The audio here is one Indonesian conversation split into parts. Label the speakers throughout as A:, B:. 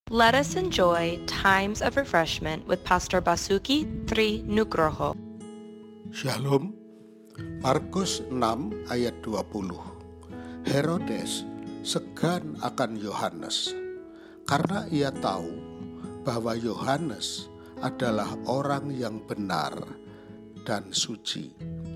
A: Let us enjoy times of refreshment with Pastor Basuki Tri Nugroho.
B: Shalom. Markus 6 ayat 20. Herodes segan akan Yohanes karena ia tahu bahwa Yohanes adalah orang yang benar dan suci.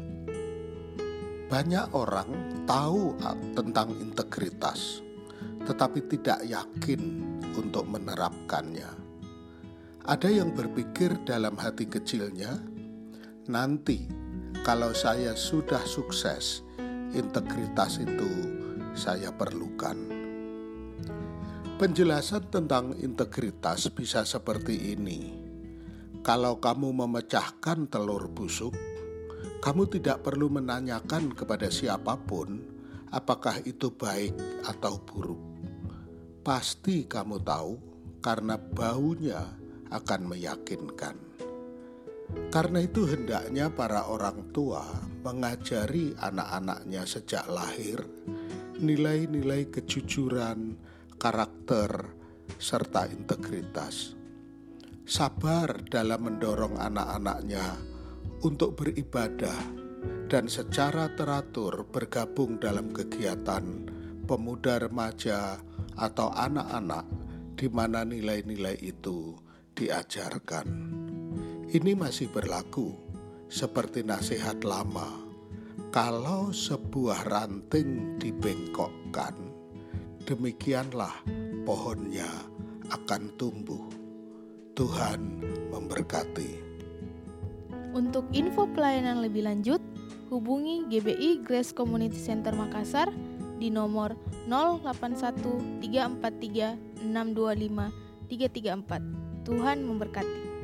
B: Banyak orang tahu tentang integritas, tetapi tidak yakin untuk menerapkannya. Ada yang berpikir dalam hati kecilnya, nanti kalau saya sudah sukses, integritas itu saya perlukan. Penjelasan tentang integritas bisa seperti ini. Kalau kamu memecahkan telur busuk, kamu tidak perlu menanyakan kepada siapapun apakah itu baik atau buruk. Pasti kamu tahu karena baunya akan meyakinkan. Karena itu hendaknya para orang tua mengajari anak-anaknya sejak lahir nilai-nilai kejujuran, karakter, serta integritas. Sabar dalam mendorong anak-anaknya untuk beribadah dan secara teratur bergabung dalam kegiatan pemuda remaja atau anak-anak di mana nilai-nilai itu diajarkan. Ini masih berlaku seperti nasihat lama. Kalau sebuah ranting dibengkokkan, demikianlah pohonnya akan tumbuh. Tuhan memberkati.
C: Untuk info pelayanan lebih lanjut, hubungi GBI Grace Community Center Makassar di nomor 081 343 625 334. Tuhan memberkati.